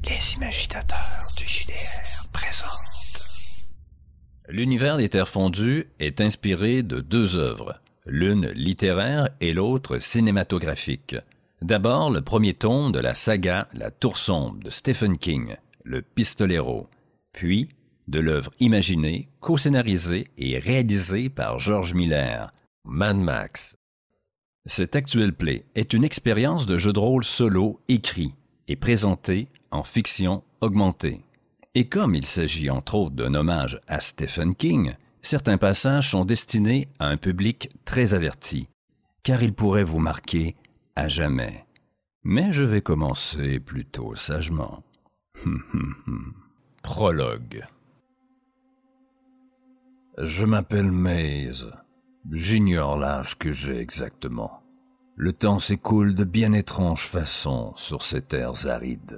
Les imaginateurs du JDR présentent. L'univers des Terres fondues est inspiré de deux œuvres, l'une littéraire et l'autre cinématographique. D'abord, le premier tome de la saga La Tour sombre de Stephen King, Le Pistolero, puis de l'œuvre imaginée, co-scénarisée et réalisée par George Miller, Mad Max. Cet actuel play est une expérience de jeu de rôle solo écrit et présenté en fiction augmentée. Et comme il s'agit entre autres d'un hommage à Stephen King, certains passages sont destinés à un public très averti, car ils pourraient vous marquer à jamais. Mais je vais commencer plutôt sagement. Prologue. Je m'appelle Maze. J'ignore l'âge que j'ai exactement. Le temps s'écoule de bien étranges façons sur ces terres arides.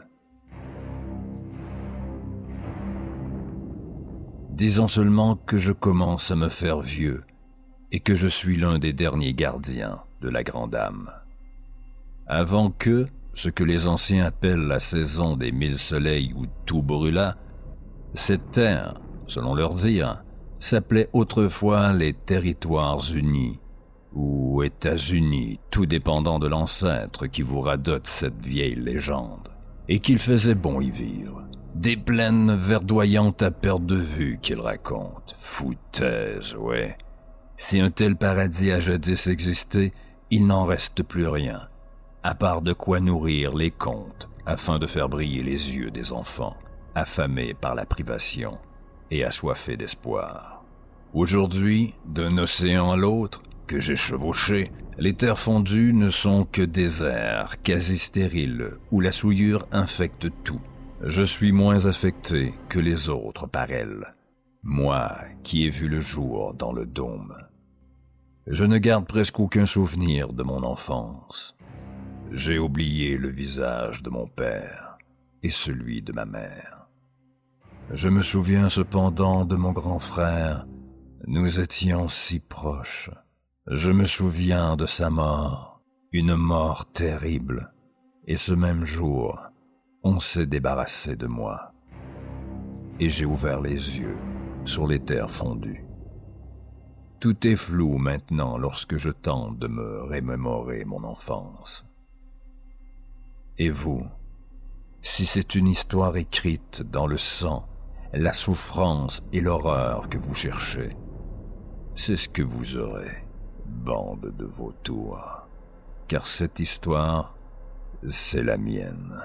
Disons seulement que je commence à me faire vieux et que je suis l'un des derniers gardiens de la grande âme. Avant que, ce que les anciens appellent la saison des 1000 soleils où tout brûla, cette terre, selon leur dire, s'appelait autrefois les Territoires Unis, ou États-Unis, tout dépendant de l'ancêtre qui vous radote cette vieille légende, et qu'il faisait bon y vivre. Des plaines verdoyantes à perte de vue qu'il raconte. Foutaise, ouais. Si un tel paradis a jadis existé, il n'en reste plus rien, à part de quoi nourrir les contes, afin de faire briller les yeux des enfants, affamés par la privation et assoiffés d'espoir. Aujourd'hui, d'un océan à l'autre, que j'ai chevauché, les terres fondues ne sont que déserts quasi stériles où la souillure infecte tout. Je suis moins affecté que les autres par elle, moi qui ai vu le jour dans le dôme. Je ne garde presque aucun souvenir de mon enfance. J'ai oublié le visage de mon père et celui de ma mère. Je me souviens cependant de mon grand frère, nous étions si proches. Je me souviens de sa mort, une mort terrible, et ce même jour, on s'est débarrassé de moi. Et j'ai ouvert les yeux sur les terres fondues. Tout est flou maintenant lorsque je tente de me remémorer mon enfance. Et vous, si c'est une histoire écrite dans le sang, la souffrance et l'horreur que vous cherchez, c'est ce que vous aurez, bande de vautours, car cette histoire, c'est la mienne.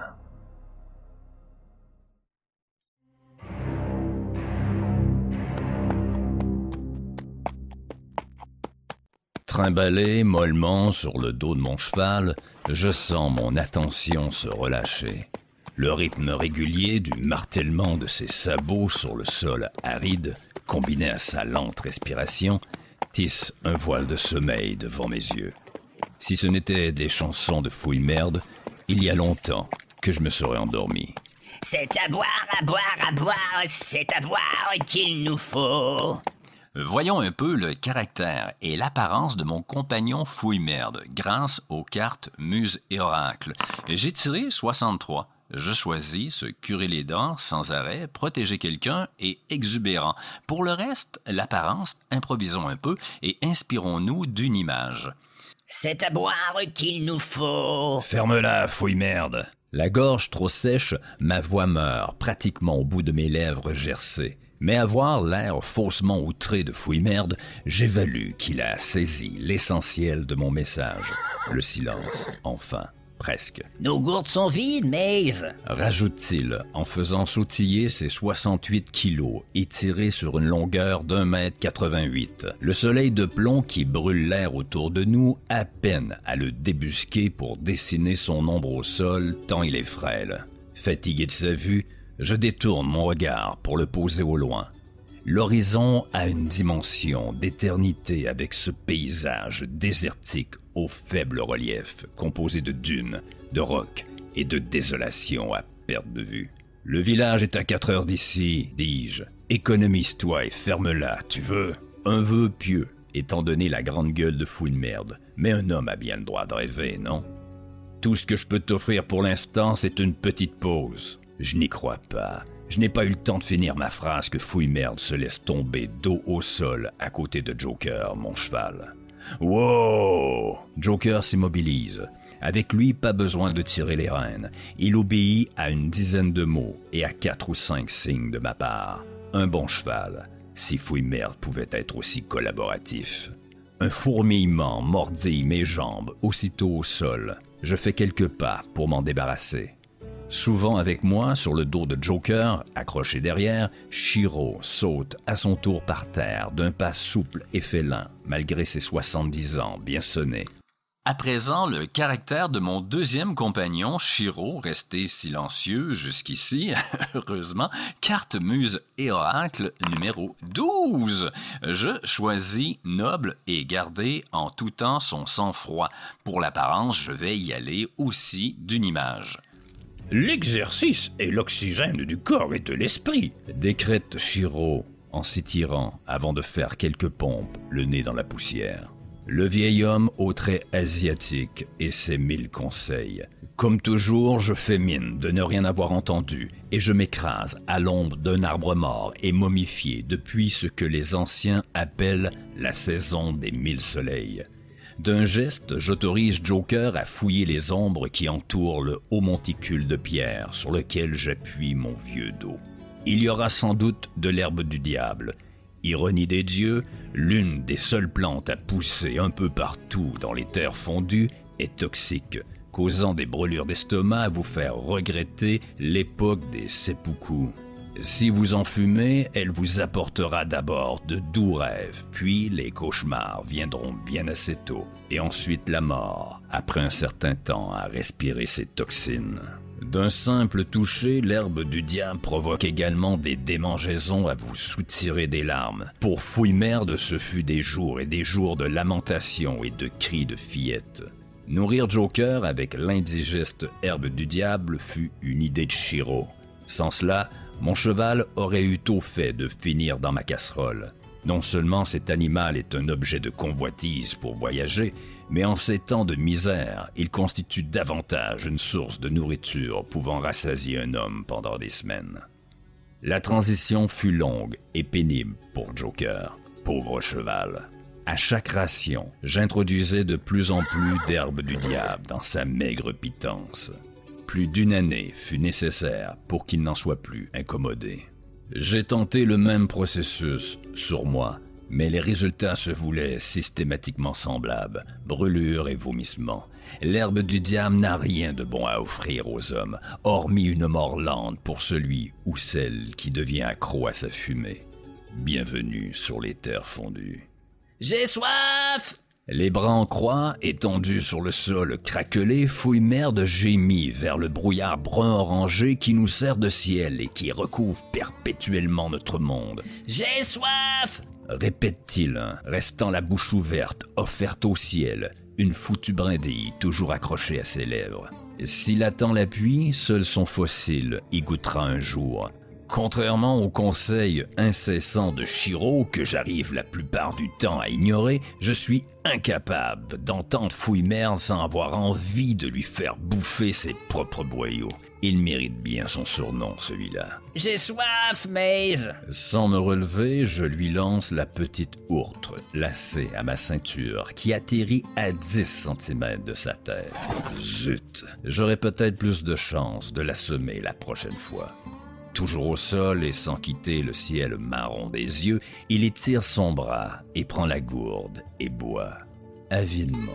Trimballé mollement sur le dos de mon cheval, je sens mon attention se relâcher. Le rythme régulier du martèlement de ses sabots sur le sol aride, combiné à sa lente respiration, tisse un voile de sommeil devant mes yeux. Si ce n'était des chansons de fouille-merde, il y a longtemps que je me serais endormi. C'est à boire, à boire, à boire, c'est à boire qu'il nous faut. Voyons un peu le caractère et l'apparence de mon compagnon fouille-merde grâce aux cartes Muse et Oracle. J'ai tiré 63. Je choisis se curer les dents sans arrêt, protéger quelqu'un et exubérant. Pour le reste, l'apparence, improvisons un peu et inspirons-nous d'une image. C'est à boire qu'il nous faut. Ferme-la, fouille-merde. La gorge trop sèche, ma voix meurt, pratiquement au bout de mes lèvres gercées. Mais à voir l'air faussement outré de fouille-merde, j'évalue qu'il a saisi l'essentiel de mon message. Le silence, enfin, presque. Nos gourdes sont vides, Maze, rajoute-t-il en faisant sautiller ses 68 kilos étirés sur une longueur d'1,88 m. Le soleil de plomb qui brûle l'air autour de nous a peine à le débusquer pour dessiner son ombre au sol tant il est frêle. Fatigué de sa vue, je détourne mon regard pour le poser au loin. L'horizon a une dimension d'éternité avec ce paysage désertique au faible relief, composé de dunes, de rocs et de désolation à perte de vue. Le village est à 4 heures d'ici, dis-je. Économise-toi et ferme-la, tu veux? Un vœu pieux, étant donné la grande gueule de fouille-merde. Mais un homme a bien le droit de rêver, non? Tout ce que je peux t'offrir pour l'instant, c'est une petite pause. Je n'y crois pas. Je n'ai pas eu le temps de finir ma phrase que Fouille-Merde se laisse tomber dos au sol à côté de Joker, mon cheval. Wow! Joker s'immobilise. Avec lui, pas besoin de tirer les rênes. Il obéit à une dizaine de mots et à 4 ou 5 signes de ma part. Un bon cheval, si Fouille-Merde pouvait être aussi collaboratif. Un fourmillement mordit mes jambes aussitôt au sol. Je fais quelques pas pour m'en débarrasser. Souvent avec moi, sur le dos de Joker, accroché derrière, Shiro saute à son tour par terre d'un pas souple et félin, malgré ses 70 ans bien sonnés. À présent, le caractère de mon deuxième compagnon, Shiro, resté silencieux jusqu'ici, heureusement, carte muse et oracle numéro 12. Je choisis noble et garder en tout temps son sang-froid. Pour l'apparence, je vais y aller aussi d'une image. L'exercice est l'oxygène du corps et de l'esprit, décrète Shiro en s'étirant avant de faire quelques pompes, le nez dans la poussière. Le vieil homme aux traits asiatiques et ses 1000 conseils. Comme toujours, je fais mine de ne rien avoir entendu et je m'écrase à l'ombre d'un arbre mort et momifié depuis ce que les anciens appellent la saison des 1000 soleils. D'un geste, j'autorise Joker à fouiller les ombres qui entourent le haut monticule de pierre sur lequel j'appuie mon vieux dos. Il y aura sans doute de l'herbe du diable. Ironie des dieux, l'une des seules plantes à pousser un peu partout dans les terres fondues est toxique, causant des brûlures d'estomac à vous faire regretter l'époque des seppuku. Si vous en fumez, elle vous apportera d'abord de doux rêves, puis les cauchemars viendront bien assez tôt, et ensuite la mort, après un certain temps à respirer ces toxines. D'un simple toucher, l'herbe du diable provoque également des démangeaisons à vous soutirer des larmes. Pour Fouille-Merde, ce fut des jours et des jours de lamentations et de cris de fillettes. Nourrir Joker avec l'indigeste herbe du diable fut une idée de Shiro. Sans cela, mon cheval aurait eu tôt fait de finir dans ma casserole. Non seulement cet animal est un objet de convoitise pour voyager, mais en ces temps de misère, il constitue davantage une source de nourriture pouvant rassasier un homme pendant des semaines. La transition fut longue et pénible pour Joker, pauvre cheval. À chaque ration, j'introduisais de plus en plus d'herbe du diable dans sa maigre pitance. Plus d'une année fut nécessaire pour qu'il n'en soit plus incommodé. J'ai tenté le même processus sur moi, mais les résultats se voulaient systématiquement semblables, brûlures et vomissements. L'herbe du diable n'a rien de bon à offrir aux hommes, hormis une mort lente pour celui ou celle qui devient accro à sa fumée. Bienvenue sur les terres fondues. J'ai soif! Les bras en croix, étendus sur le sol craquelé, Fouille-Merde gémit vers le brouillard brun orangé qui nous sert de ciel et qui recouvre perpétuellement notre monde. J'ai soif! Répète-t-il, restant la bouche ouverte, offerte au ciel, une foutue brindille toujours accrochée à ses lèvres. S'il attend l'appui, seul son fossile y goûtera un jour. Contrairement aux conseils incessants de Shiro, que j'arrive la plupart du temps à ignorer, je suis incapable d'entendre Fouille-Merde sans avoir envie de lui faire bouffer ses propres boyaux. Il mérite bien son surnom, celui-là. J'ai soif, Maze! Sans me relever, je lui lance la petite ourtre, lacée à ma ceinture, qui atterrit à 10 cm de sa tête. Zut! J'aurai peut-être plus de chance de l'assommer la prochaine fois. Toujours au sol et sans quitter le ciel marron des yeux, il étire son bras et prend la gourde et boit, avidement.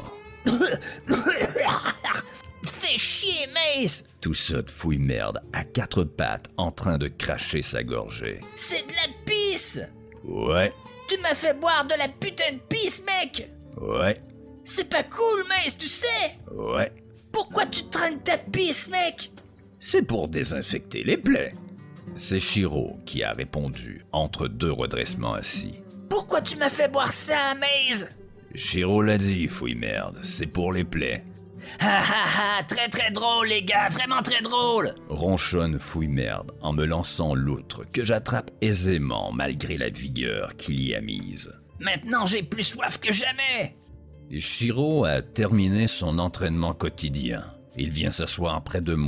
Fais chier, Maze! Tout ça de Fouille-Merde à 4 pattes en train de cracher sa gorgée. C'est de la pisse! Ouais. Tu m'as fait boire de la putain de pisse, mec! Ouais. C'est pas cool, Maze, tu sais! Ouais. Pourquoi tu traînes ta pisse, mec? C'est pour désinfecter les plaies. C'est Shiro qui a répondu, entre 2 redressements assis. Pourquoi tu m'as fait boire ça, Maze? Shiro l'a dit, Fouille-Merde, c'est pour les plaies. Ha ha ha, très très drôle, les gars, vraiment très drôle! Ronchonne Fouille-Merde en me lançant l'outre que j'attrape aisément malgré la vigueur qu'il y a mise. Maintenant, j'ai plus soif que jamais! Shiro a terminé son entraînement quotidien. Il vient s'asseoir près de moi,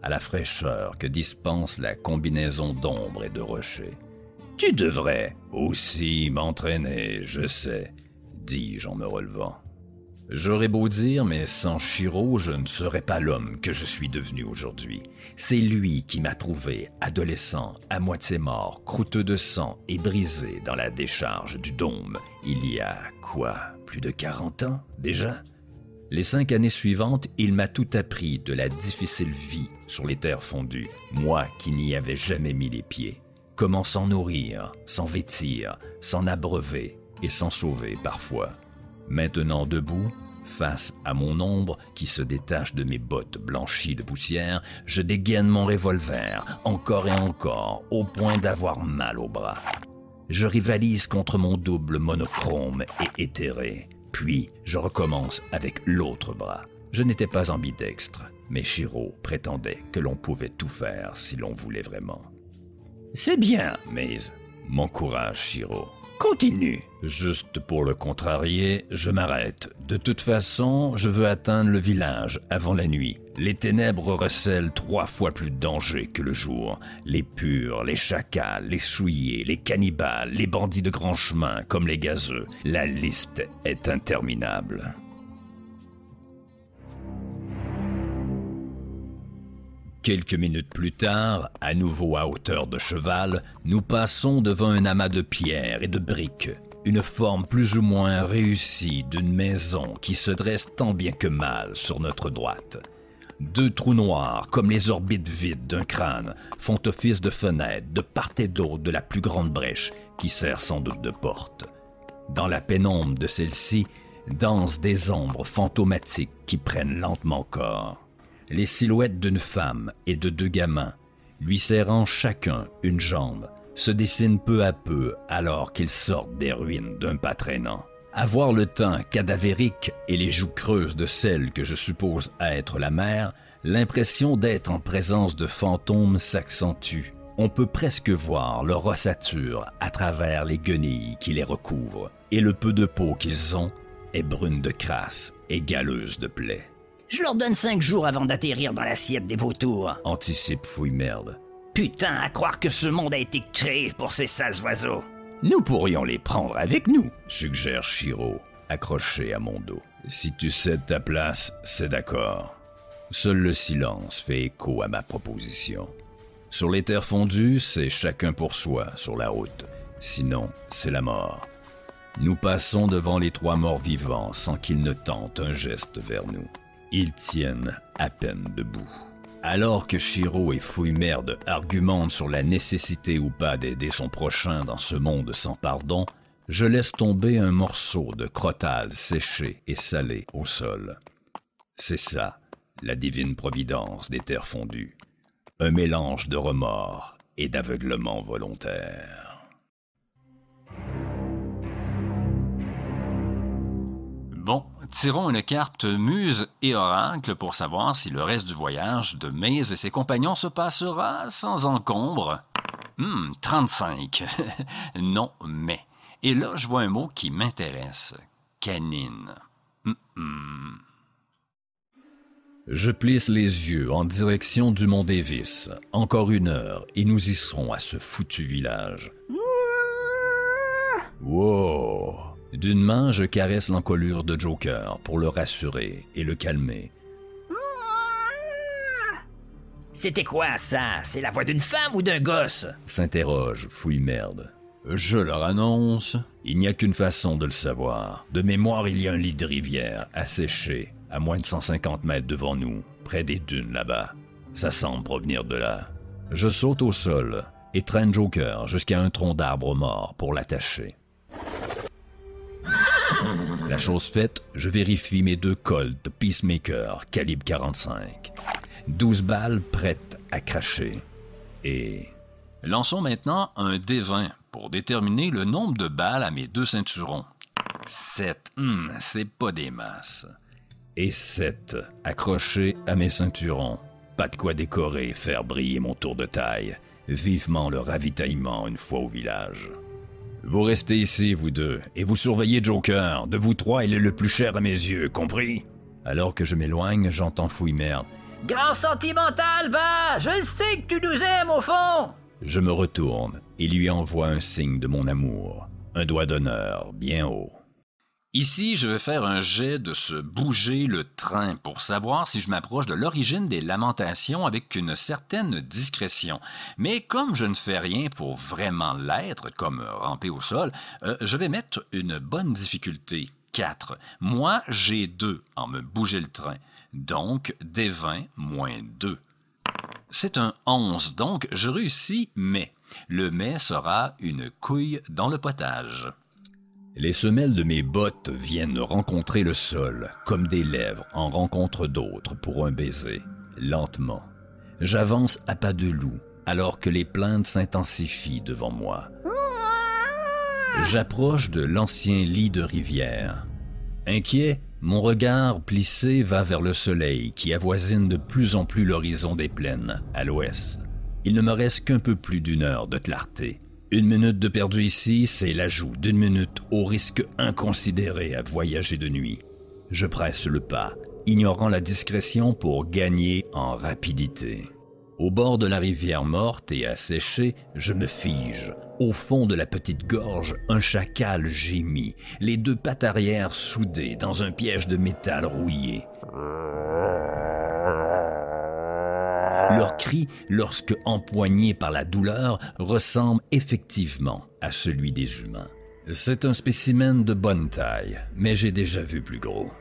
à la fraîcheur que dispense la combinaison d'ombre et de rochers. « Tu devrais aussi m'entraîner, je sais, dis-je en me relevant. J'aurais beau dire, mais sans Shiro, je ne serais pas l'homme que je suis devenu aujourd'hui. C'est lui qui m'a trouvé, adolescent, à moitié mort, croûteux de sang et brisé dans la décharge du dôme. Il y a, plus de 40 ans déjà? Les 5 années suivantes, il m'a tout appris de la difficile vie sur les terres fondues, moi qui n'y avais jamais mis les pieds. Comment s'en nourrir, s'en vêtir, s'en abreuver et s'en sauver parfois. Maintenant debout, face à mon ombre qui se détache de mes bottes blanchies de poussière, je dégaine mon revolver, encore et encore, au point d'avoir mal au bras. Je rivalise contre mon double monochrome et éthéré, puis je recommence avec l'autre bras. Je n'étais pas ambidextre, mais Shiro prétendait que l'on pouvait tout faire si l'on voulait vraiment. « C'est bien, Maze, m'encourage Shiro. Continue. » Juste pour le contrarier, je m'arrête. De toute façon, je veux atteindre le village avant la nuit. Les ténèbres recèlent 3 fois plus de danger que le jour. Les purs, les chacals, les souillés, les cannibales, les bandits de grand chemin comme les gazeux. La liste est interminable. Quelques minutes plus tard, à nouveau à hauteur de cheval, nous passons devant un amas de pierres et de briques, une forme plus ou moins réussie d'une maison qui se dresse tant bien que mal sur notre droite. 2 trous noirs, comme les orbites vides d'un crâne, font office de fenêtres de part et d'autre de la plus grande brèche, qui sert sans doute de porte. Dans la pénombre de celle-ci, dansent des ombres fantomatiques qui prennent lentement corps. Les silhouettes d'une femme et de 2 gamins, lui serrant chacun une jambe, se dessinent peu à peu alors qu'ils sortent des ruines d'un pas traînant. À voir le teint cadavérique et les joues creuses de celle que je suppose être la mère, l'impression d'être en présence de fantômes s'accentue. On peut presque voir leur ossature à travers les guenilles qui les recouvrent, et le peu de peau qu'ils ont est brune de crasse et galeuse de plaies. Je leur donne 5 jours avant d'atterrir dans l'assiette des vautours. Anticipe Fouille-Merde. Putain, à croire que ce monde a été créé pour ces sales oiseaux. Nous pourrions les prendre avec nous, suggère Shiro, accroché à mon dos. Si tu cèdes ta place, c'est d'accord. Seul le silence fait écho à ma proposition. Sur les terres fondues, c'est chacun pour soi sur la route. Sinon, c'est la mort. Nous passons devant les 3 morts vivants sans qu'ils ne tentent un geste vers nous. Ils tiennent à peine debout. Alors que Shiro et Fouille-Merde argumentent sur la nécessité ou pas d'aider son prochain dans ce monde sans pardon, je laisse tomber un morceau de crotale séché et salé au sol. C'est ça, la divine providence des terres fondues. Un mélange de remords et d'aveuglement volontaire. Bon, tirons une carte Muse et Oracle pour savoir si le reste du voyage de Maze et ses compagnons se passera sans encombre. 35. Non, mais. Et là, je vois un mot qui m'intéresse. Canine. Je plisse les yeux en direction du mont Davis. Encore 1 heure et nous y serons à ce foutu village. Wow! D'une main, je caresse l'encolure de Joker pour le rassurer et le calmer. C'était quoi, ça? C'est la voix d'une femme ou d'un gosse? S'interroge Fouille-Merde. Je leur annonce, il n'y a qu'une façon de le savoir. De mémoire, il y a un lit de rivière, asséché, à moins de 150 mètres devant nous, près des dunes là-bas. Ça semble provenir de là. Je saute au sol et traîne Joker jusqu'à un tronc d'arbre mort pour l'attacher. La chose faite, je vérifie mes 2 Colt Peacemaker calibre 45. 12 balles prêtes à cracher. Et... Lançons maintenant un D20 pour déterminer le nombre de balles à mes 2 ceinturons. 7. C'est pas des masses. Et 7 accrochés à mes ceinturons. Pas de quoi décorer et faire briller mon tour de taille. Vivement le ravitaillement une fois au village. Vous restez ici, vous 2, et vous surveillez Joker. De vous 3, il est le plus cher à mes yeux, compris? Alors que je m'éloigne, j'entends Fouille-Merde. Grand sentimental, va! Je le sais que tu nous aimes au fond! Je me retourne et lui envoie un signe de mon amour. Un doigt d'honneur bien haut. Ici, je vais faire un jet de se bouger le train pour savoir si je m'approche de l'origine des lamentations avec une certaine discrétion. Mais comme je ne fais rien pour vraiment l'être, comme ramper au sol, je vais mettre une bonne difficulté, 4. Moi, j'ai 2 en me bouger le train. Donc, des 20 moins 2. C'est un 11, donc je réussis, mais le mais sera une couille dans le potage. Les semelles de mes bottes viennent rencontrer le sol, comme des lèvres en rencontrent d'autres pour un baiser, lentement. J'avance à pas de loup, alors que les plaintes s'intensifient devant moi. J'approche de l'ancien lit de rivière. Inquiet, mon regard plissé va vers le soleil qui avoisine de plus en plus l'horizon des plaines, à l'ouest. Il ne me reste qu'un peu plus d'une heure de clarté. 1 minute de perdu ici, c'est l'ajout d'1 minute au risque inconsidéré à voyager de nuit. Je presse le pas, ignorant la discrétion pour gagner en rapidité. Au bord de la rivière morte et asséchée, je me fige. Au fond de la petite gorge, un chacal gémit, les 2 pattes arrière soudées dans un piège de métal rouillé. Leur cri, lorsque empoigné par la douleur, ressemble effectivement à celui des humains. C'est un spécimen de bonne taille, mais j'ai déjà vu plus gros.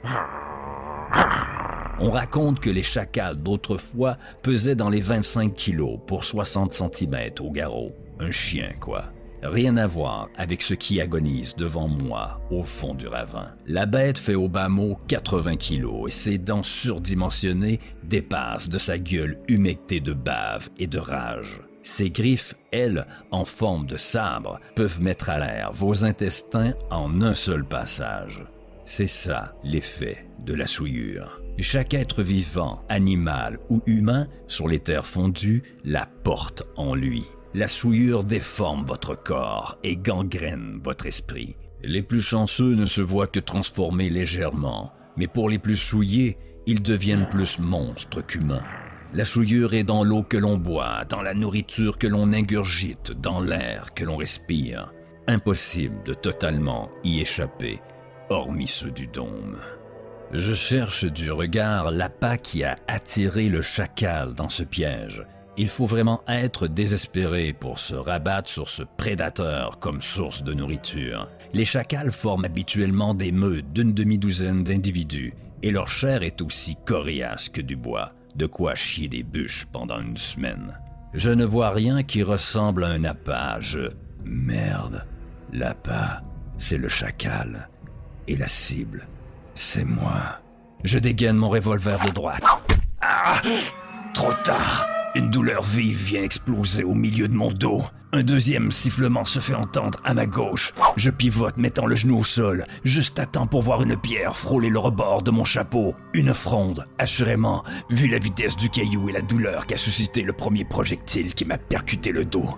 On raconte que les chacals d'autrefois pesaient dans les 25 kilos pour 60 cm au garrot. Un chien, quoi. Rien à voir avec ce qui agonise devant moi au fond du ravin. La bête fait au bas mot 80 kilos et ses dents surdimensionnées dépassent de sa gueule humectée de bave et de rage. Ses griffes, elles, en forme de sabre, peuvent mettre à l'air vos intestins en un seul passage. C'est ça l'effet de la souillure. Chaque être vivant, animal ou humain, sur les terres fondues, la porte en lui. La souillure déforme votre corps et gangrène votre esprit. Les plus chanceux ne se voient que transformés légèrement, mais pour les plus souillés, ils deviennent plus monstres qu'humains. La souillure est dans l'eau que l'on boit, dans la nourriture que l'on ingurgite, dans l'air que l'on respire. Impossible de totalement y échapper, hormis ceux du dôme. Je cherche du regard l'appât qui a attiré le chacal dans ce piège. Il faut vraiment être désespéré pour se rabattre sur ce prédateur comme source de nourriture. Les chacals forment habituellement des meutes d'une demi-douzaine d'individus et leur chair est aussi coriace que du bois, de quoi chier des bûches pendant 1 semaine. Je ne vois rien qui ressemble à un appât. Merde, l'appât, c'est le chacal et la cible, c'est moi. Je dégaine mon revolver de droite. Ah! Trop tard! Une douleur vive vient exploser au milieu de mon dos. Un deuxième sifflement se fait entendre à ma gauche. Je pivote, mettant le genou au sol, juste à temps pour voir une pierre frôler le rebord de mon chapeau. Une fronde, assurément, vu la vitesse du caillou et la douleur qu'a suscité le premier projectile qui m'a percuté le dos.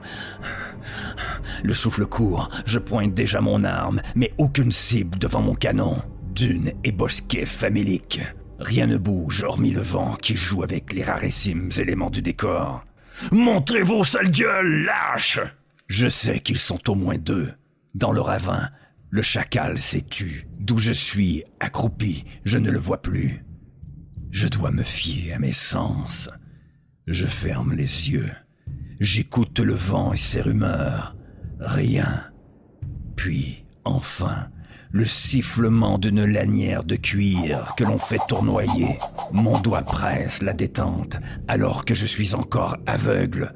Le souffle court, je pointe déjà mon arme, mais aucune cible devant mon canon. Dunes et bosquets faméliques. Rien ne bouge, hormis le vent qui joue avec les rarissimes éléments du décor. « Montrez vos sales gueules, lâches !» Je sais qu'ils sont au moins 2. Dans le ravin, le chacal s'est tu. D'où je suis, accroupi, je ne le vois plus. Je dois me fier à mes sens. Je ferme les yeux. J'écoute le vent et ses rumeurs. Rien. Puis, enfin, le sifflement d'une lanière de cuir que l'on fait tournoyer. Mon doigt presse la détente alors que je suis encore aveugle.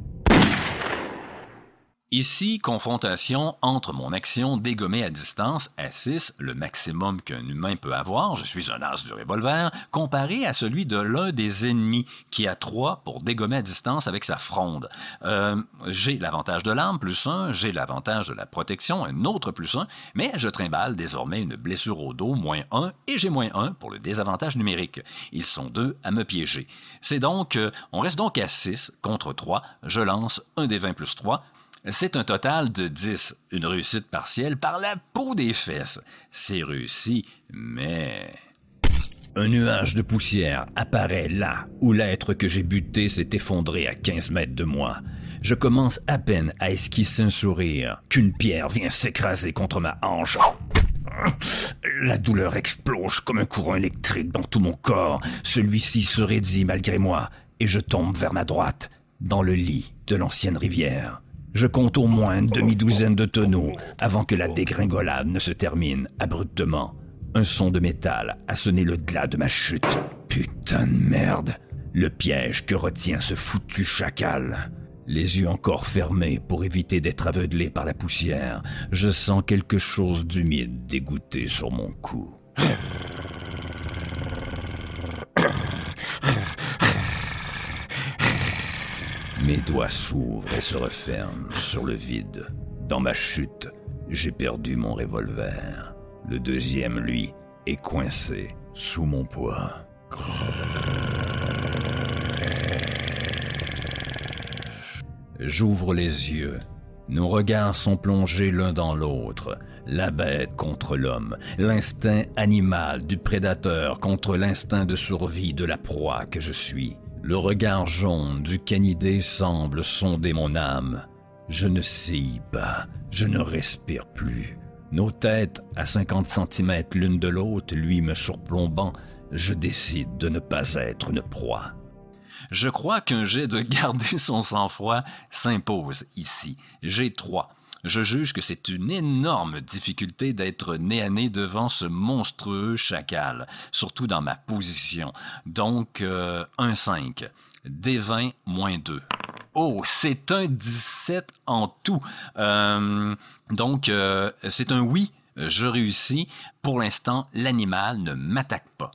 Ici, confrontation entre mon action dégommée à distance à 6, le maximum qu'un humain peut avoir, je suis un as du revolver, comparé à celui de l'un des ennemis qui a 3 pour dégommer à distance avec sa fronde. J'ai l'avantage de l'arme, +1, j'ai l'avantage de la protection, un autre +1, mais je trimballe désormais une blessure au dos, -1, et j'ai -1 pour le désavantage numérique. Ils sont 2 à me piéger. C'est donc, on reste donc à 6 contre 3, je lance un des 20 + 3, c'est un total de 10, une réussite partielle par la peau des fesses. C'est réussi, mais... Un nuage de poussière apparaît là où l'être que j'ai buté s'est effondré à 15 mètres de moi. Je commence à peine à esquisser un sourire qu'une pierre vient s'écraser contre ma hanche. La douleur explose comme un courant électrique dans tout mon corps. Celui-ci se raidit malgré moi et je tombe vers ma droite, dans le lit de l'ancienne rivière. Je compte au moins une demi-douzaine de tonneaux avant que la dégringolade ne se termine abruptement. Un son de métal a sonné le glas de ma chute. Putain de merde! Le piège que retient ce foutu chacal. Les yeux encore fermés pour éviter d'être aveuglé par la poussière, je sens quelque chose d'humide dégoûter sur mon cou. Mes doigts s'ouvrent et se referment sur le vide. Dans ma chute, j'ai perdu mon revolver. Le deuxième, lui, est coincé sous mon poids. J'ouvre les yeux. Nos regards sont plongés l'un dans l'autre. La bête contre l'homme, l'instinct animal du prédateur contre l'instinct de survie de la proie que je suis. Le regard jaune du canidé semble sonder mon âme. Je ne scie pas, je ne respire plus. Nos têtes, à 50 cm l'une de l'autre, lui me surplombant, je décide de ne pas être une proie. Je crois qu'un jet de garder son sang-froid s'impose ici. J'ai 3. Je juge que c'est une énorme difficulté d'être nez à nez devant ce monstrueux chacal, surtout dans ma position. Donc, un 5. D20 moins 2. Oh, c'est un 17 en tout. Donc, c'est un oui, je réussis. Pour l'instant, l'animal ne m'attaque pas.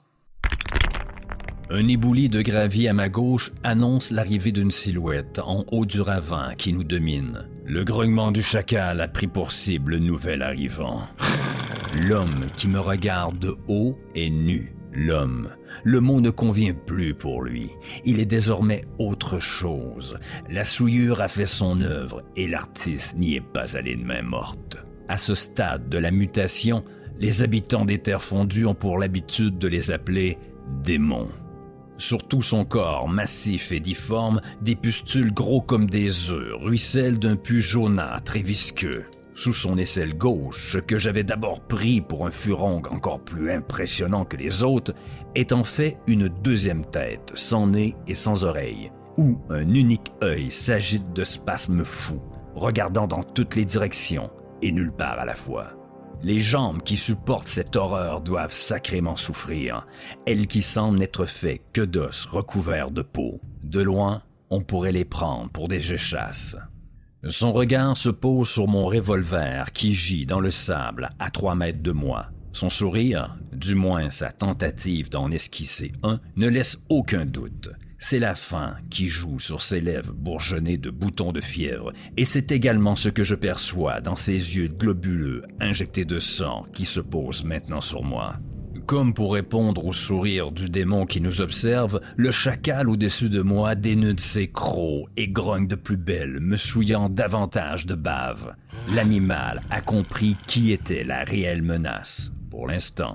Un éboulis de gravier à ma gauche annonce l'arrivée d'une silhouette en haut du ravin qui nous domine. Le grognement du chacal a pris pour cible le nouvel arrivant. L'homme qui me regarde de haut est nu. L'homme. Le mot ne convient plus pour lui. Il est désormais autre chose. La souillure a fait son œuvre et l'artiste n'y est pas allé de main morte. À ce stade de la mutation, les habitants des terres fondues ont pour l'habitude de les appeler démons. Sur tout son corps, massif et difforme, des pustules gros comme des œufs ruissellent d'un pus jaunâtre et visqueux. Sous son aisselle gauche, ce que j'avais d'abord pris pour un furon encore plus impressionnant que les autres, est en fait une deuxième tête, sans nez et sans oreille, où un unique œil s'agite de spasmes fous, regardant dans toutes les directions et nulle part à la fois. Les jambes qui supportent cette horreur doivent sacrément souffrir, elles qui semblent n'être faites que d'os recouverts de peau. De loin, on pourrait les prendre pour des échasses. Son regard se pose sur mon revolver qui gît dans le sable à 3 mètres de moi. Son sourire, du moins sa tentative d'en esquisser un, ne laisse aucun doute. C'est la faim qui joue sur ses lèvres bourgeonnées de boutons de fièvre, et c'est également ce que je perçois dans ses yeux globuleux injectés de sang qui se posent maintenant sur moi. Comme pour répondre au sourire du démon qui nous observe, le chacal au-dessus de moi dénude ses crocs et grogne de plus belle, me souillant davantage de bave. L'animal a compris qui était la réelle menace, pour l'instant.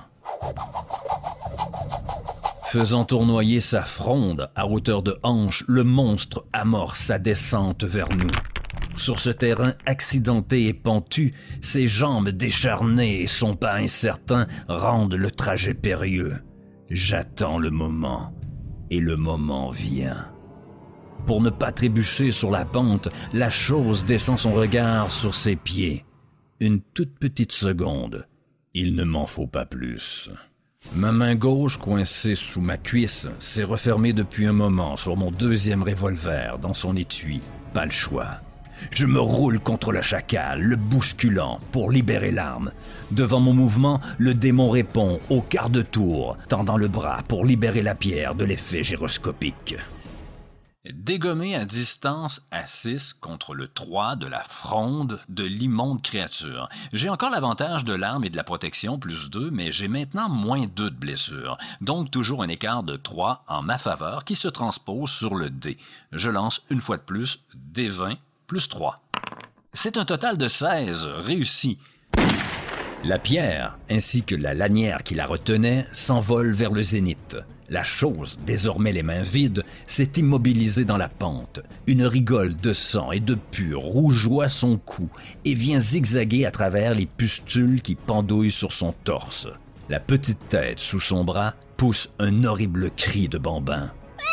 Faisant tournoyer sa fronde à hauteur de hanche, le monstre amorce sa descente vers nous. Sur ce terrain accidenté et pentu, ses jambes décharnées et son pas incertain rendent le trajet périlleux. J'attends le moment, et le moment vient. Pour ne pas trébucher sur la pente, la chose descend son regard sur ses pieds. Une toute petite seconde, il ne m'en faut pas plus. Ma main gauche, coincée sous ma cuisse, s'est refermée depuis un moment sur mon deuxième revolver dans son étui. Pas le choix. Je me roule contre le chacal, le bousculant pour libérer l'arme. Devant mon mouvement, le démon répond au quart de tour, tendant le bras pour libérer la pierre de l'effet gyroscopique. Dégommé à distance à 6 contre le 3 de la fronde de l'immonde créature. J'ai encore l'avantage de l'arme et de la protection, plus 2, mais j'ai maintenant moins 2 de blessure. Donc toujours un écart de 3 en ma faveur qui se transpose sur le dé. Je lance une fois de plus D20 plus 3. C'est un total de 16 réussi. La pierre, ainsi que la lanière qui la retenait, s'envolent vers le zénith. La chose, désormais les mains vides, s'est immobilisée dans la pente. Une rigole de sang et de pur rougeoie son cou et vient zigzaguer à travers les pustules qui pendouillent sur son torse. La petite tête sous son bras pousse un horrible cri de bambin.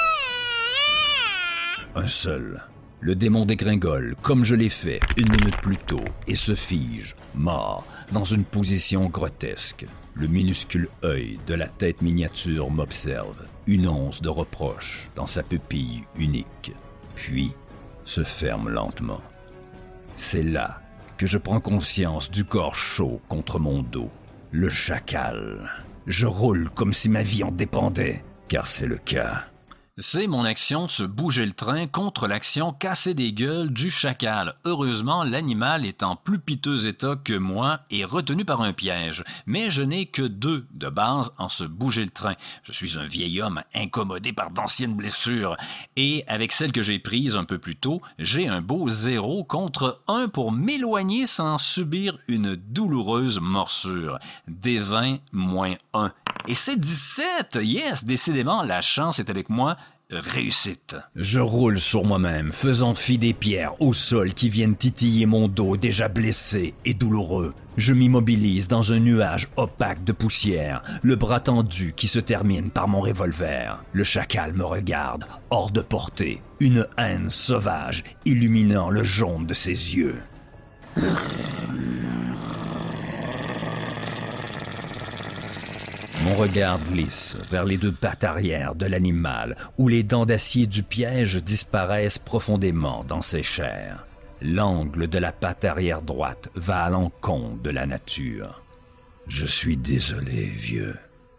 Un seul. Le démon dégringole, comme je l'ai fait 1 minute plus tôt, et se fige, mort, dans une position grotesque. Le minuscule œil de la tête miniature m'observe, une once de reproche dans sa pupille unique, puis se ferme lentement. C'est là que je prends conscience du corps chaud contre mon dos. Le chacal. Je roule comme si ma vie en dépendait, car c'est le cas. C'est mon action se bouger le train contre l'action casser des gueules du chacal. Heureusement, l'animal est en plus piteux état que moi et retenu par un piège. Mais je n'ai que 2 de base en se bouger le train. Je suis un vieil homme incommodé par d'anciennes blessures. Et avec celle que j'ai prise un peu plus tôt, j'ai un beau 0 contre 1 pour m'éloigner sans subir une douloureuse morsure. D20 moins 1. Et c'est 17! Yes! Décidément, la chance est avec moi. Réussite. Je roule sur moi-même, faisant fi des pierres au sol qui viennent titiller mon dos déjà blessé et douloureux. Je m'immobilise dans un nuage opaque de poussière, le bras tendu qui se termine par mon revolver. Le chacal me regarde, hors de portée, une haine sauvage illuminant le jaune de ses yeux. Mon regard glisse vers les 2 pattes arrière de l'animal où les dents d'acier du piège disparaissent profondément dans ses chairs. L'angle de la patte arrière droite va à l'encontre de la nature. Je suis désolé, vieux.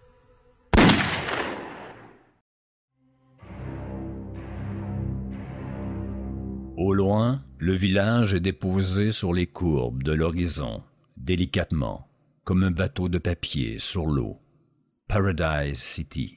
Au loin, le village est déposé sur les courbes de l'horizon, délicatement, comme un bateau de papier sur l'eau. Paradise City.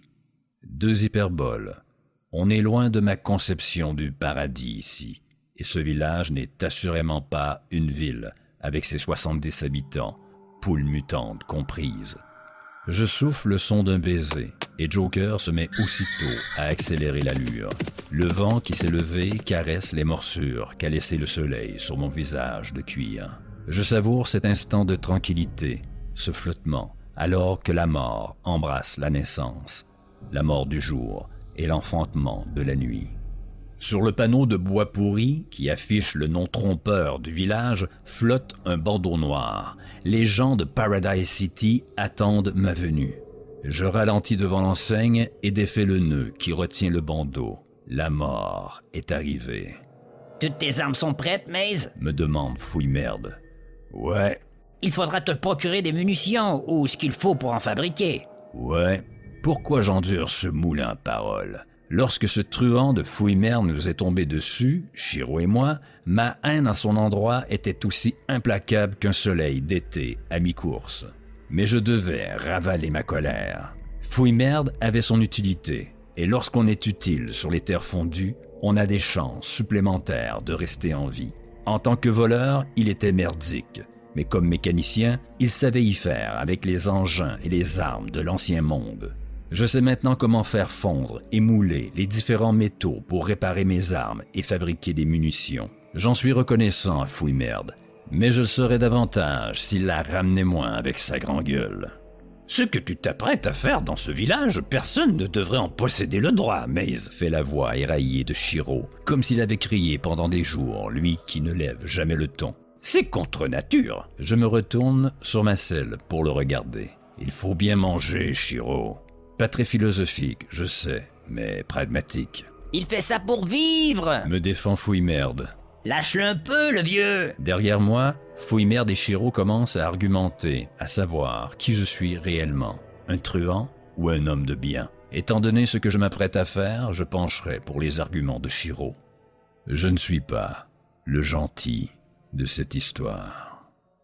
2 hyperboles. On est loin de ma conception du paradis ici, et ce village n'est assurément pas une ville, avec ses 70 habitants, poules mutantes comprises. Je souffle le son d'un baiser, et Joker se met aussitôt à accélérer l'allure. Le vent qui s'est levé caresse les morsures qu'a laissé le soleil sur mon visage de cuir. Je savoure cet instant de tranquillité, ce flottement, alors que la mort embrasse la naissance, la mort du jour et l'enfantement de la nuit. Sur le panneau de bois pourri qui affiche le nom trompeur du village flotte un bandeau noir. Les gens de Paradise City attendent ma venue. Je ralentis devant l'enseigne et défais le nœud qui retient le bandeau. La mort est arrivée. « Toutes tes armes sont prêtes, Maze ?» me demande Fouille-Merde. « Ouais. » Il faudra te procurer des munitions ou ce qu'il faut pour en fabriquer. Ouais. Pourquoi j'endure ce moulin à paroles? Lorsque ce truand de Fouille-Merde nous est tombé dessus, Chiro et moi, ma haine à son endroit était aussi implacable qu'un soleil d'été à mi-course. Mais je devais ravaler ma colère. Fouille-Merde avait son utilité, et lorsqu'on est utile sur les terres fondues, on a des chances supplémentaires de rester en vie. En tant que voleur, il était merdique. Mais comme mécanicien, il savait y faire avec les engins et les armes de l'ancien monde. Je sais maintenant comment faire fondre et mouler les différents métaux pour réparer mes armes et fabriquer des munitions. J'en suis reconnaissant à Fouille-Merde, mais je le serais davantage s'il la ramenait moins avec sa grand-gueule. Ce que tu t'apprêtes à faire dans ce village, personne ne devrait en posséder le droit, Maze, fait la voix éraillée de Chiro, comme s'il avait crié pendant des jours, lui qui ne lève jamais le ton. C'est contre nature. Je me retourne sur ma selle pour le regarder. Il faut bien manger, Chiro. Pas très philosophique, je sais, mais pragmatique. Il fait ça pour vivre! Me défend Fouille-Merde. Lâche-le un peu, le vieux! Derrière moi, Fouille-Merde et Chiro commencent à argumenter, à savoir qui je suis réellement, un truand ou un homme de bien. Étant donné ce que je m'apprête à faire, je pencherai pour les arguments de Chiro. Je ne suis pas le gentil de cette histoire.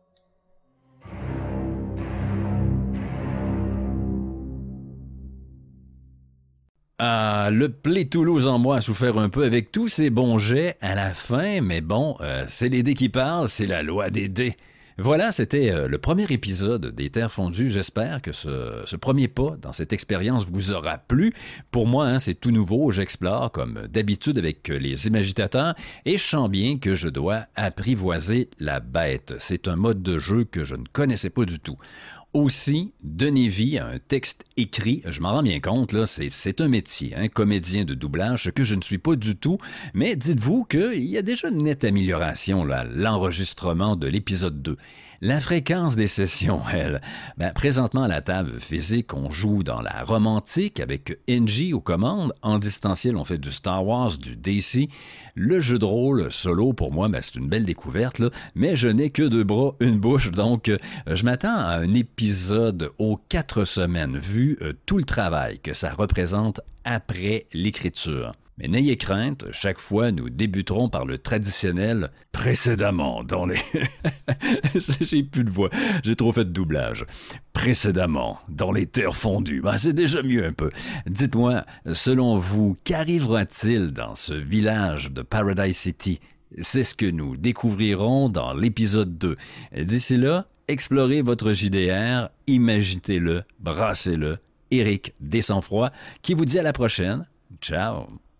Ah, le Play Toulouse en moi a souffert un peu avec tous ces bons jets à la fin, mais bon, c'est les dés qui parlent, c'est la loi des dés. Voilà, c'était le premier épisode des Terres fondues. J'espère que ce premier pas dans cette expérience vous aura plu. Pour moi, c'est tout nouveau. J'explore comme d'habitude avec les imagitateurs et je sens bien que je dois apprivoiser la bête. C'est un mode de jeu que je ne connaissais pas du tout. Aussi, donner vie à un texte écrit, je m'en rends bien compte, là, c'est un métier, comédien de doublage, ce que je ne suis pas du tout, mais dites-vous qu'il y a déjà une nette amélioration là, à l'enregistrement de l'épisode 2. La fréquence des sessions, elle. Présentement à la table physique, on joue dans la romantique avec NG aux commandes. En distanciel, on fait du Star Wars, du DC. Le jeu de rôle solo, pour moi, c'est une belle découverte, là, mais je n'ai que 2 bras, une bouche, donc je m'attends à un épisode aux 4 semaines, vu tout le travail que ça représente après l'écriture. Mais n'ayez crainte, chaque fois, nous débuterons par le traditionnel « précédemment » dans les... J'ai plus de voix, j'ai trop fait de doublage. « Précédemment, dans les terres fondues ». C'est déjà mieux un peu. Dites-moi, selon vous, qu'arrivera-t-il dans ce village de Paradise City? C'est ce que nous découvrirons dans l'épisode 2. D'ici là, explorez votre JDR, imaginez-le, brassez-le. Éric Dessanfroid, qui vous dit à la prochaine. Ciao!